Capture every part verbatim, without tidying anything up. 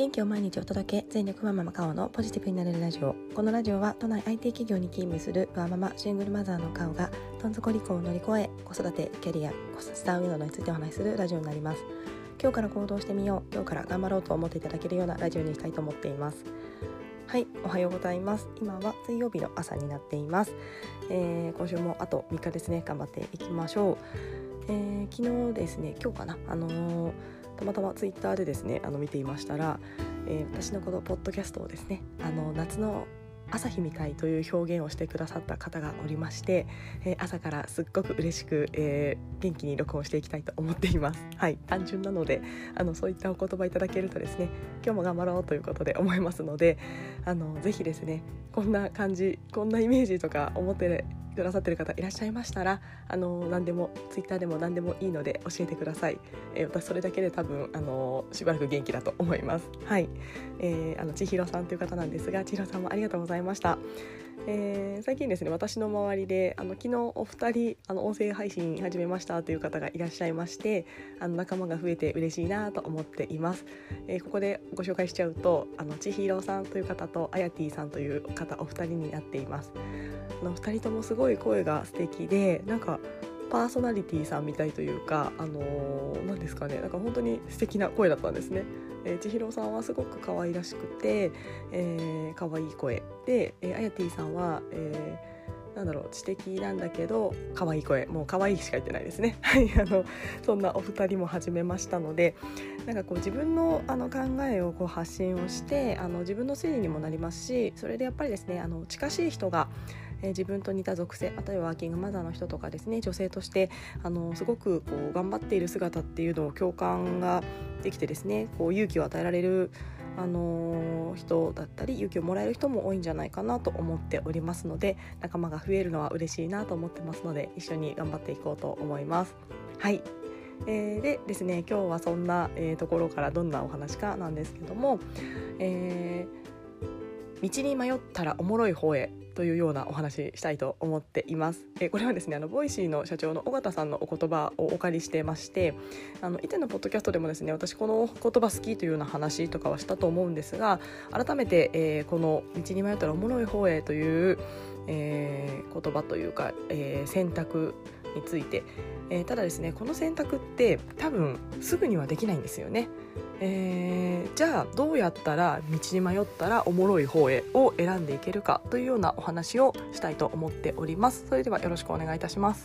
元気を毎日お届け、全力ママカオのポジティブになれるラジオ。このラジオは都内 アイティー 企業に勤務するワーママシングルマザーのカオがどん底離婚を乗り越え、子育て、キャリア、子育て運動についてお話しするラジオになります。今日から行動してみよう、今日から頑張ろうと思っていただけるようなラジオにしたいと思っています。はい、おはようございます。今は水曜日の朝になっています。えー、今週もあとみっかですね。頑張っていきましょう。えー、昨日ですね、今日かな、あのー、たまたまツイッターでですねあの見ていましたら、えー、私のこのポッドキャストをですね、あの夏の朝日みたいという表現をしてくださった方がおりまして、えー、朝からすっごく嬉しく、えー、元気に録音していきたいと思っています。はい、単純なのであのそういったお言葉いただけるとですね、今日も頑張ろうということで思いますので、あのぜひですね、こんな感じ、こんなイメージとか思ってくださってる方いらっしゃいましたら、あの何でもツイッターでも何でもいいので教えてください。えー、私それだけで多分あのしばらく元気だと思います。はい、えー、あの千尋さんという方なんですが、千尋さんもありがとうございました。えー、最近ですね、私の周りであの昨日お二人あの音声配信始めましたという方がいらっしゃいまして、あの仲間が増えて嬉しいなと思っています。えー、ここでご紹介しちゃうと、あの千尋さんという方とあやてぃさんという方お二人になっています。あの二人ともすごい声が素敵で、なんかパーソナリティさんみたいというか、あのー、何ですかね、なんか本当に素敵な声だったんですね。えー、千尋さんはすごく可愛らしくて、えー、可愛い声で、えー、あやてぃさんは、えー、なんだろう、知的なんだけど可愛い声、もう可愛いしか言ってないですね。はい、あのそんなお二人も始めましたので、なんかこう自分のあの考えをこう発信をして、あの自分の整理にもなりますし、それでやっぱりですね、あの近しい人がえー、自分と似た属性、例えばワーキングマザーの人とかですね、女性としてあのすごくこう頑張っている姿っていうのを共感ができてですね、こう勇気を与えられる、あのー、人だったり勇気をもらえる人も多いんじゃないかなと思っておりますので、仲間が増えるのは嬉しいなと思ってますので、一緒に頑張っていこうと思います。はい、えー、でですね、今日はそんな、えー、ところからどんなお話かなんですけども、えー、道に迷ったらおもろい方へというようなお話したいと思っています。えこれはですね、あのボイシーの社長の尾形さんのお言葉をお借りしてまして、あの以前のポッドキャストでもですね、私この言葉好きというような話とかはしたと思うんですが、改めて、えー、この道に迷ったらおもろい方へという、えー、言葉というか、えー、選択について、えー、ただですね、この選択って多分すぐにはできないんですよね。えー、じゃあどうやったら道に迷ったらおもろい方へを選んでいけるかというようなお話をしたいと思っております。それではよろしくお願いいたします。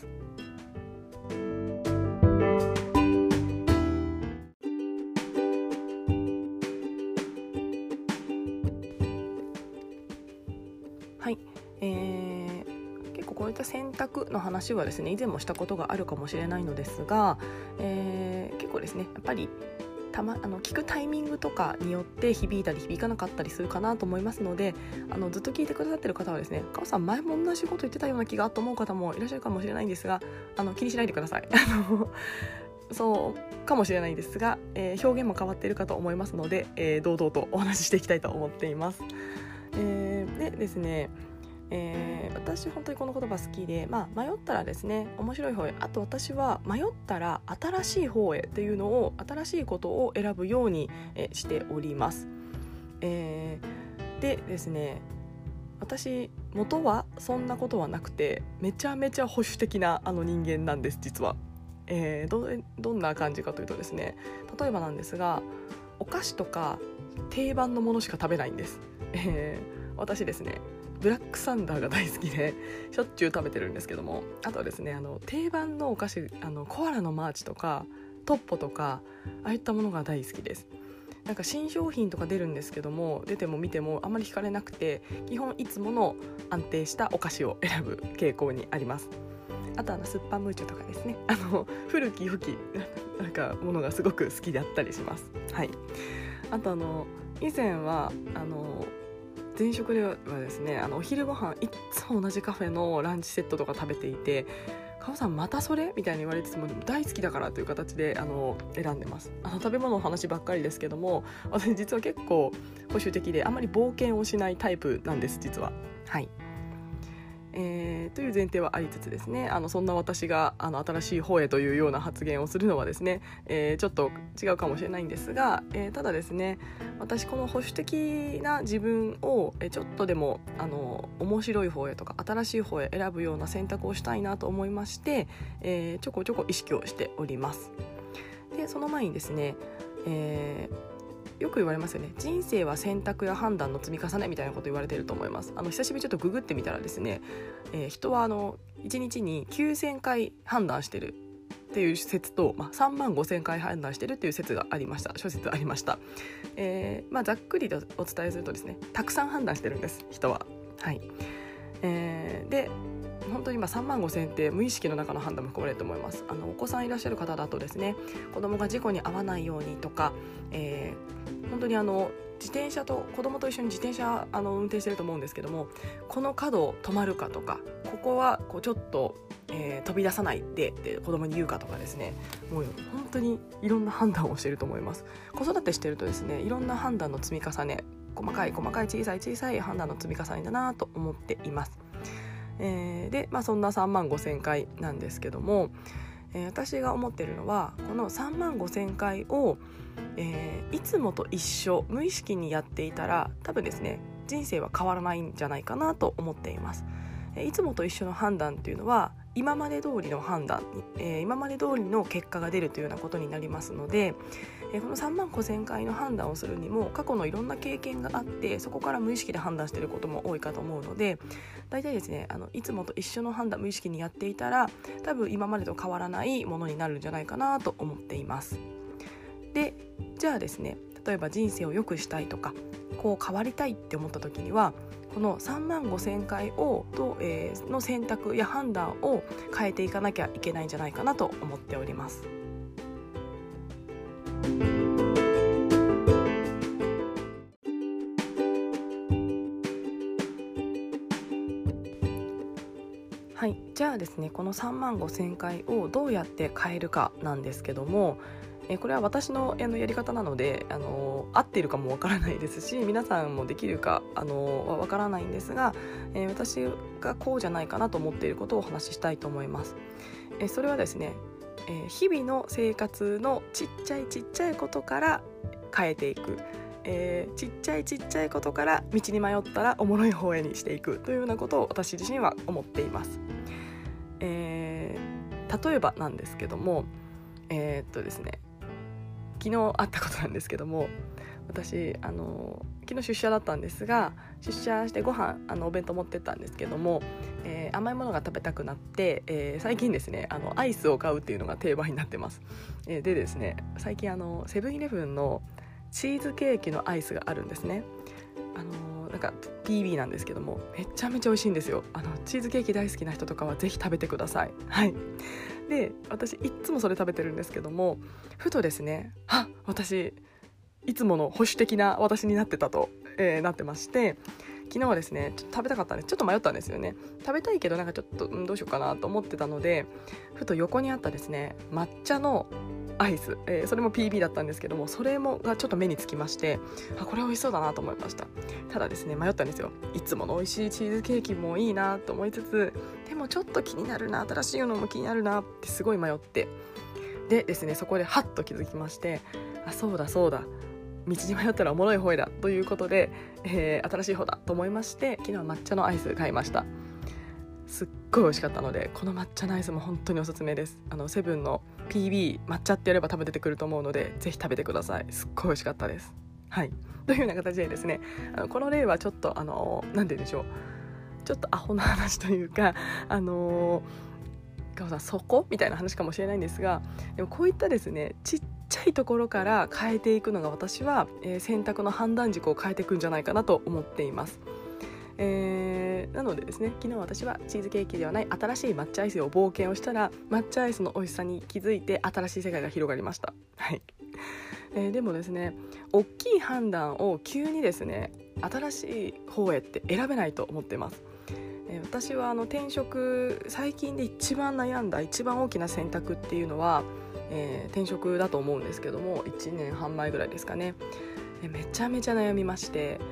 はい、えー、結構こういった選択の話はですね、以前もしたことがあるかもしれないのですが、えー、結構ですね、やっぱりたま、あの聞くタイミングとかによって響いたり響かなかったりするかなと思いますので、あのずっと聞いてくださってる方はですね、カオさん前も同じこと言ってたような気がと思う方もいらっしゃるかもしれないんですが、あの気にしないでください。あのそうかもしれないんですが、えー、表現も変わっているかと思いますので、えー、堂々とお話ししていきたいと思っています。えー、でですね、えー、私本当にこの言葉好きで、まあ、迷ったらですね、面白い方へ、あと私は迷ったら新しい方へっていうのを、新しいことを選ぶように、えしております。えー、でですね、私元はそんなことはなくて、めちゃめちゃ保守的なあの人間なんです、実は。えー、ど, どんな感じかというとですね、例えばなんですが、お菓子とか定番のものしか食べないんです。えー、私ですね、ブラックサンダーが大好きでしょっちゅう食べてるんですけども、あとはですね、あの定番のお菓子、あのコアラのマーチとかトッポとか、ああいったものが大好きです。なんか新商品とか出るんですけども、出ても見てもあまり惹かれなくて、基本いつもの安定したお菓子を選ぶ傾向にあります。あとあのスッパムーチョとかですね、あの古き良きなんかものがすごく好きだったりします。はい。あとあの以前はあの前職ではですね、あのお昼ご飯いつも同じカフェのランチセットとか食べていて、カオさんまたそれみたいに言われてても大好きだからという形であの選んでます。あの食べ物の話ばっかりですけども、私実は結構保守的であんまり冒険をしないタイプなんです、実は。はい。ええー、という前提はありつつですね、あのそんな私があの新しい方へというような発言をするのはですね、えー、ちょっと違うかもしれないんですが、えー、ただですね、私この保守的な自分をちょっとでもあの面白い方へとか新しい方へ選ぶような選択をしたいなと思いまして、えー、ちょこちょこ意識をしております。でその前にですね、えーよく言われますよね。人生は選択や判断の積み重ねみたいなこと言われていると思います。あの久しぶりにちょっとググってみたらですね、えー、人はあのいちにちにきゅうせんかい判断してるっていう説と、まあ、さんまんごせんかい判断してるっていう説がありました。諸説ありました。えーまあ、ざっくりとお伝えするとですね、たくさん判断してるんです、人は。はい。えー、で本当に今さんまんごせんって無意識の中の判断も含まれると思います。あのお子さんいらっしゃる方だとですね、子供が事故に遭わないようにとか、えー、本当にあの自転車と子供と一緒に自転車あの運転してると思うんですけども、この角止まるかとか、ここはこうちょっと、えー、飛び出さないでって子供に言うかとかですね、もう本当にいろんな判断をしていると思います。子育てしてるとですね、いろんな判断の積み重ね、細かい細かい小さい小さい判断の積み重ねだなと思っています。えー、で、まあ、そんなさんまんごせんかいなんですけども、えー、私が思ってるのはこのさんまんごせんかいを、えー、いつもと一緒無意識にやっていたら多分ですね、人生は変わらないんじゃないかなと思っています。えー、いつもと一緒の判断っていうのは今まで通りの判断に、えー、今まで通りの結果が出るというようなことになりますので、えー、このさんまんごせんかいの判断をするにも過去のいろんな経験があって、そこから無意識で判断していることも多いかと思うので、大体ですね、あのいつもと一緒の判断無意識にやっていたら多分今までと変わらないものになるんじゃないかなと思っています。で、じゃあですね、例えば人生を良くしたいとかこう変わりたいって思った時には、このさんまんごせんかいをと、えー、の選択や判断を変えていかなきゃいけないんじゃないかなと思っております。はい、じゃあですね、このさんまんごせんかいをどうやって変えるかなんですけども、えこれは私のやり方なので、あの合っているかもわからないですし、皆さんもできるかあのはわからないんですが、えー、私がこうじゃないかなと思っていることをお話ししたいと思います。えー、それはですね、えー、日々の生活のちっちゃいちっちゃいことから変えていく、えー、ちっちゃいちっちゃいことから道に迷ったらおもろい方へにしていくというようなことを私自身は思っています。えー、例えばなんですけども、えー、っとですね昨日あったことなんですけども、私あの昨日出社だったんですが、出社してご飯あのお弁当持ってったんですけども、えー、甘いものが食べたくなって、えー、最近ですねあのアイスを買うっていうのが定番になってます。えー、でですね、最近あのセブンイレブンのチーズケーキのアイスがあるんですね。あのなんか ピービー なんですけども、めちゃめちゃ美味しいんですよ。あのチーズケーキ大好きな人とかはぜひ食べてください。はい。で、私いつもそれ食べてるんですけども、ふとですね、あ、私いつもの保守的な私になってたと、えー、なってまして、昨日はですねちょっと食べたかったんです。ちょっと迷ったんですよね。食べたいけどなんかちょっと、うん、どうしようかなと思ってたので、ふと横にあったですね抹茶のアイス、えー、それも ピービー だったんですけども、それもがちょっと目につきまして、あ、これ美味しそうだなと思いました。ただですね、迷ったんですよ。いつもの美味しいチーズケーキもいいなと思いつつ、でもちょっと気になるな、新しいのも気になるなってすごい迷って、でですね、そこでハッと気づきまして、あ、そうだそうだ、道に迷ったらおもろい方へだということで、えー、新しい方だと思いまして、昨日は抹茶のアイス買いました。すっごい美味しかったので、この抹茶のアイスも本当におすすめです。あのセブンの ピービー 抹茶ってやれば多分出てくると思うので、ぜひ食べてください。すっごい美味しかったです。はい。というような形でですね、あのこの例はちょっとあのなんて言うんでしょう、ちょっとアホな話というか、あのー、そこみたいな話かもしれないんですが、でもこういったですねちっちゃいところから変えていくのが、私は、えー、選択の判断軸を変えていくんじゃないかなと思っています。えー、なのでですね、昨日私はチーズケーキではない新しい抹茶アイスを冒険をしたら、抹茶アイスの美味しさに気づいて新しい世界が広がりました。はい。えー、でもですね、大きい判断を急にですね新しい方へって選べないと思っています。えー、私はあの転職、最近で一番悩んだ一番大きな選択っていうのは、えー、転職だと思うんですけども、いちねんはん前ぐらいですかね。えー、めちゃめちゃ悩みまして、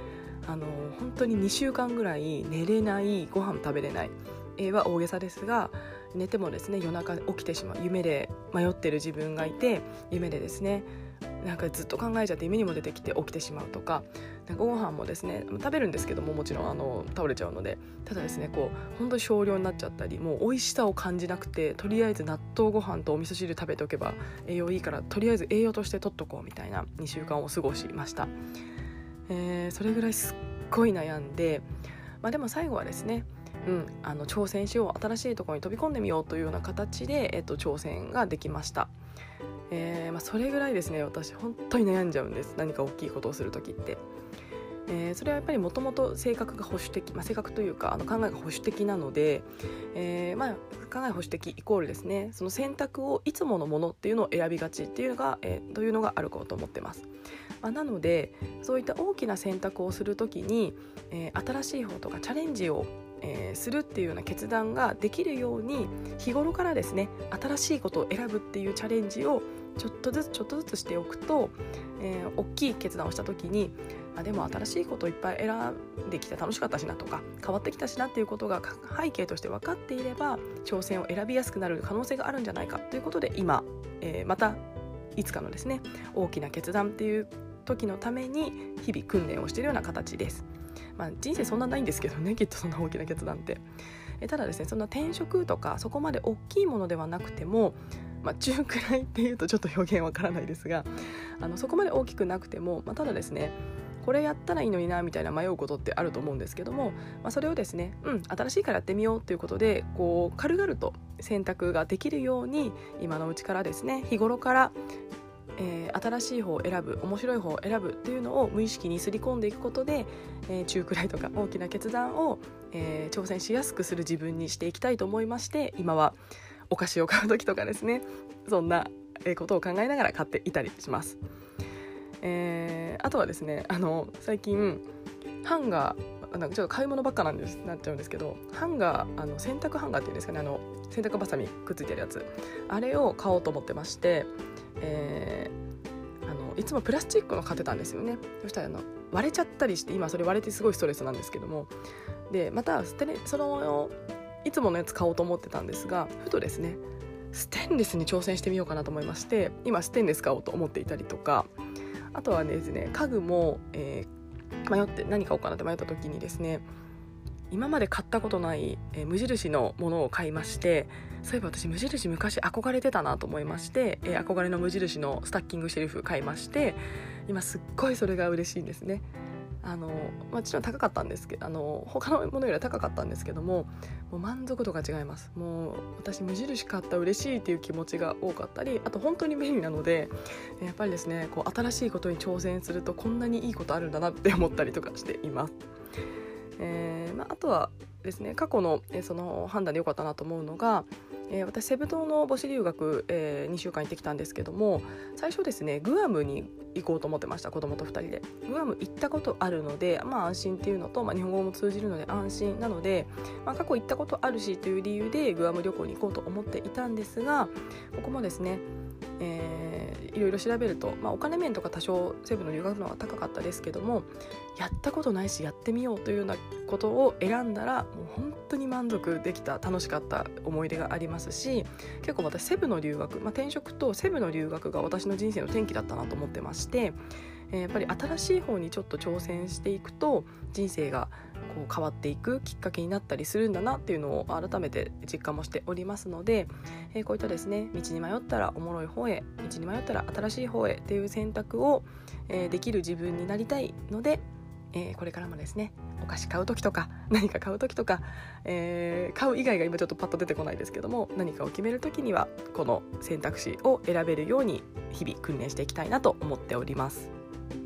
あの本当ににしゅうかんぐらい寝れない、ご飯食べれない、えー、は大げさですが、寝てもですね夜中起きてしまう、夢で迷ってる自分がいて、夢でですねなんかずっと考えちゃって夢にも出てきて起きてしまうとか、なんかご飯もですね食べるんですけども、もちろんあの倒れちゃうので、ただですねこう本当に少量になっちゃったり、もう美味しさを感じなくて、とりあえず納豆ご飯とお味噌汁食べておけば栄養いいから、とりあえず栄養として取っとこうみたいなにしゅうかんを過ごしました。えー、それぐらいすっごい悩んで、まあ、でも最後はですね、うん、あの挑戦しよう、新しいところに飛び込んでみようというような形で、えっと、挑戦ができました。えーまあ、それぐらいですね私本当に悩んじゃうんです、何か大きいことをするときって。えー、それはやっぱりもともと性格が保守的、まあ、性格というかあの考えが保守的なので、えーまあ、考え保守的イコールですね、その選択をいつものものっていうのを選びがちっていうのが、えー、というのがあるかと思ってます。まあ、なのでそういった大きな選択をするときに、えー、新しい方とかチャレンジをえー、するっていうような決断ができるように、日頃からですね新しいことを選ぶっていうチャレンジをちょっとずつちょっとずつしておくと、えー、大きい決断をした時に、あでも新しいことをいっぱい選んできて楽しかったしなとか、変わってきたしなっていうことが背景として分かっていれば、挑戦を選びやすくなる可能性があるんじゃないかということで、今、えー、またいつかのですね大きな決断っていう時のために日々訓練をしているような形です。まあ、人生そんなないんですけどね、きっとそんな大きな決断って。えただですね、そんな転職とかそこまで大きいものではなくても、まあ、中くらいっていうとちょっと表現わからないですが、あのそこまで大きくなくても、まあ、ただですねこれやったらいいのになみたいな迷うことってあると思うんですけども、まあ、それをですね、うん新しいからやってみようということで、こう軽々と選択ができるように、今のうちからですね日頃からえー、新しい方を選ぶ、面白い方を選ぶっていうのを無意識にすり込んでいくことで、えー、中くらいとか大きな決断を、えー、挑戦しやすくする自分にしていきたいと思いまして、今はお菓子を買う時とかですね、そんなことを考えながら買っていたりします。えー、あとはですね、あの最近ハンガー、なんかちょっと買い物ばっかなんですなっちゃうんですけど、ハンガー、あの洗濯ハンガーっていうんですかね、あの洗濯バサミくっついてるやつ、あれを買おうと思ってまして、えー、あのいつもプラスチックの買ってたんですよね。そしたらあの割れちゃったりして、今それ割れてすごいストレスなんですけども、でまたステレそのいつものやつ買おうと思ってたんですが、ふとですねステンレスに挑戦してみようかなと思いまして、今ステンレス買おうと思っていたりとか、あとはですね家具も、えー、迷って何買おうかなって迷った時にですね、今まで買ったことない、えー、無印のものを買いまして、そういえば私無印昔憧れてたなと思いまして、えー、憧れの無印のスタッキングシェルフ買いまして、今すっごいそれが嬉しいんですね。あのもちろん高かったんですけど、あの他のものよりは高かったんですけども、もう満足度が違います。もう私無印買った嬉しいっていう気持ちが多かったり、あと本当に便利なので、やっぱりですねこう新しいことに挑戦するとこんなにいいことあるんだなって思ったりとかしています。えーまあ、あとはですね過去の、えー、その判断で良かったなと思うのが、えー、私セブ島の母子留学、えー、にしゅうかん行ってきたんですけども、最初ですねグアムに行こうと思ってました。子供とふたりでグアム行ったことあるので、まあ、安心っていうのと、まあ、日本語も通じるので安心なので、まあ、過去行ったことあるしという理由でグアム旅行に行こうと思っていたんですが、ここもですね、えー、いろいろ調べると、まあ、お金面とか多少セブの留学の方が高かったですけども、やったことないしやってみようというようなことを選んだら、もう本当に満足できた、楽しかった思い出がありますし、結構私セブの留学、まあ、転職とセブの留学が私の人生の転機だったなと思ってまして、えー、やっぱり新しい方にちょっと挑戦していくと人生がこう変わっていくきっかけになったりするんだなっていうのを改めて実感もしておりますので、えー、こういったですね道に迷ったらおもろい方へ、道に迷ったら新しい方へっていう選択を、えー、できる自分になりたいので、えー、これからもですねお菓子買う時とか何か買う時とか、えー、買う以外が今ちょっとパッと出てこないですけども、何かを決める時にはこの選択肢を選べるように日々訓練していきたいなと思っております。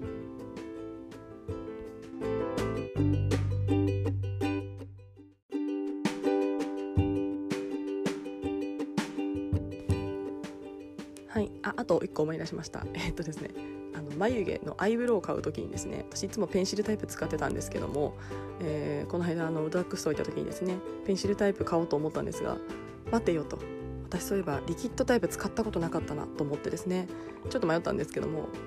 はい、あ, あといっこ思い出しました。えー、っとですねあの眉毛のアイブロウを買うときにですね、私いつもペンシルタイプ使ってたんですけども、えー、この間あのドラッグストア行ったときにですねペンシルタイプ買おうと思ったんですが、待てよと、私そういえばリキッドタイプ使ったことなかったなと思ってですねちょっと迷ったんですけども、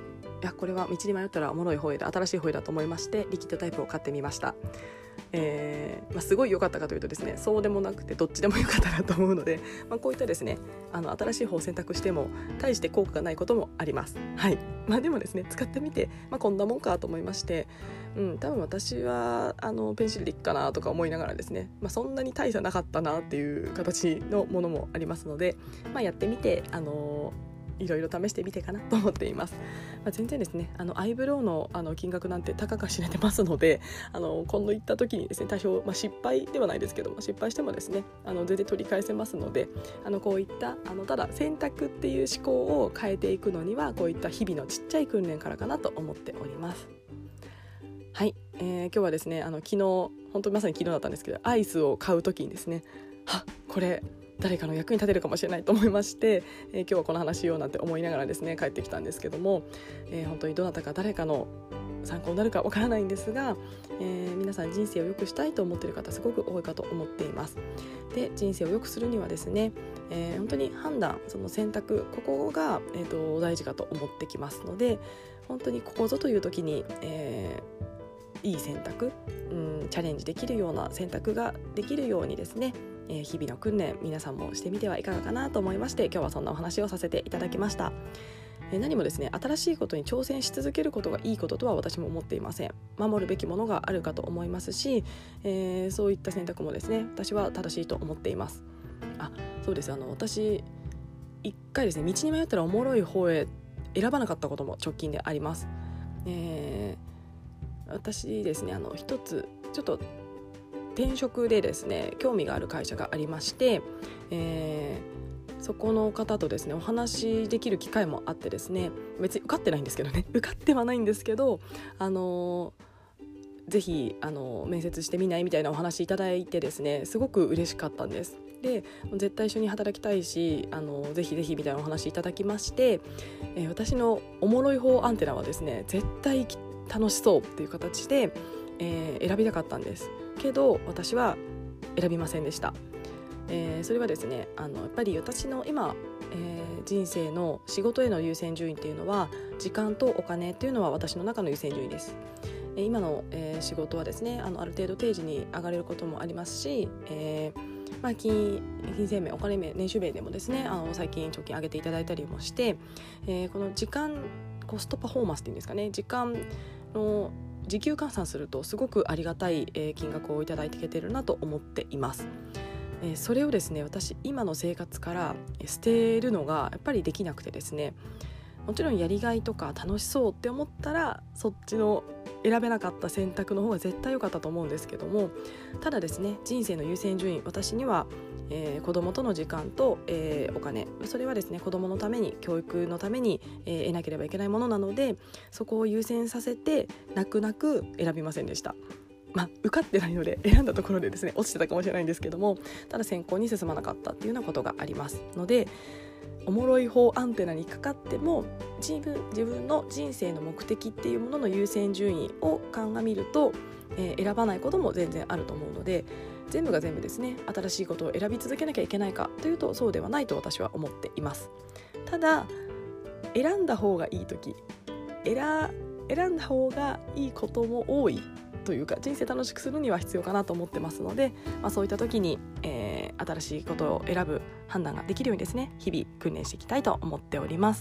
いやこれは道に迷ったらおもろい方へだ、新しい方へだと思いましてリキッドタイプを買ってみました。えーまあ、すごい良かったかというとですね、そうでもなくてどっちでも良かったなと思うので、まあ、こういったですねあの新しい方を選択しても大して効果がないこともあります。はい、まあ、でもですね使ってみて、まあ、こんなもんかと思いまして、うん、多分私はあのペンシルでいっかなとか思いながらですね、まあ、そんなに大差なかったなっていう形のものもありますので、まあ、やってみてあのーいろいろ試してみてかなと思っています。まあ、全然ですねあのアイブロウ の, あの金額なんて高か知れてますので、あの今度行った時にですね多少、まあ、失敗ではないですけど、まあ、失敗してもですねあの全然取り返せますので、あのこういったあのただ選択っていう思考を変えていくのにはこういった日々のちっちゃい訓練からかなと思っております。はい、えー、今日はですねあの昨日本当にまさに昨日だったんですけど、アイスを買う時にですね、はこれ誰かの役に立てるかもしれないと思いまして、えー、今日はこの話しようなんて思いながらですね帰ってきたんですけども、えー、本当にどなたか誰かの参考になるかわからないんですが、えー、皆さん人生を良くしたいと思っている方すごく多いかと思っています。で人生を良くするにはですね、えー、本当に判断、その選択、ここが、えーと、大事かと思ってきますので、本当にここぞという時に、えー、いい選択、うん、チャレンジできるような選択ができるようにですね、えー、日々の訓練皆さんもしてみてはいかがかなと思いまして、今日はそんなお話をさせていただきました。えー、何もですね新しいことに挑戦し続けることがいいこととは私も思っていません。守るべきものがあるかと思いますし、えー、そういった選択もですね私は正しいと思っています。あ、そうです、あの私一回ですね道に迷ったらおもろい方へ選ばなかったことも直近であります。えー、私ですねあの一つちょっと転職でですね興味がある会社がありまして、えー、そこの方とですねお話できる機会もあってですね、別に受かってないんですけどね受かってはないんですけど、あのー、ぜひ、あのー、面接してみないみたいなお話いただいてですねすごく嬉しかったんです。で絶対一緒に働きたいし、あのー、ぜひぜひみたいなお話いただきまして、えー、私のおもろい方アンテナはですね絶対楽しそうっていう形で、えー、選びたかったんですけど私は選びませんでした。えー、それはですねあのやっぱり私の今、えー、人生の仕事への優先順位っていうのは時間とお金っていうのは私の中の優先順位です。えー、今の、えー、仕事はですね あのある程度定時に上がれることもありますし、えーまあ、金, 金銭面お金面年収面でもですねあの最近貯金上げていただいたりもして、えー、この時間コストパフォーマンスっていうんですかね、時間の時給換算するとすごくありがたい金額をいただいていけてるなと思っています。それをですね私今の生活から捨てるのがやっぱりできなくてですね、もちろんやりがいとか楽しそうって思ったらそっちの選べなかった選択の方が絶対良かったと思うんですけども、ただですね人生の優先順位、私には、えー、子供との時間と、えー、お金、それはですね子供のために教育のために、えー、得なければいけないものなので、そこを優先させて泣く泣く選びませんでした。まあ、受かってないので選んだところでですね落ちてたかもしれないんですけども、ただ選考に進まなかったっていうようなことがありますので、おもろい方アンテナにかかっても自分、自分の人生の目的っていうものの優先順位を鑑みると、えー、選ばないことも全然あると思うので、全部が全部ですね新しいことを選び続けなきゃいけないかというとそうではないと私は思っています。ただ選んだ方がいい時、選、選んだ方がいいことも多いというか、人生楽しくするには必要かなと思ってますので、まあ、そういった時に、えー、新しいことを選ぶ判断ができるようにですね日々訓練していきたいと思っております。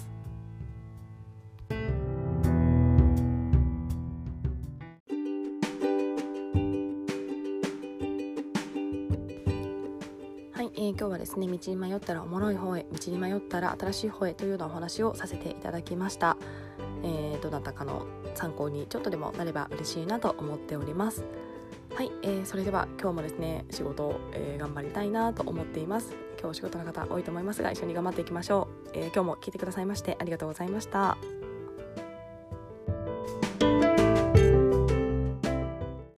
はい、えー、今日はですね道に迷ったらおもろい方へ、道に迷ったら新しい方へというようなお話をさせていただきました。えー、どなたかの参考にちょっとでもなれば嬉しいなと思っております。はい、えー、それでは今日もですね仕事を、えー、頑張りたいなと思っています。今日お仕事の方多いと思いますが一緒に頑張っていきましょう。えー、今日も聞いてくださいましてありがとうございました。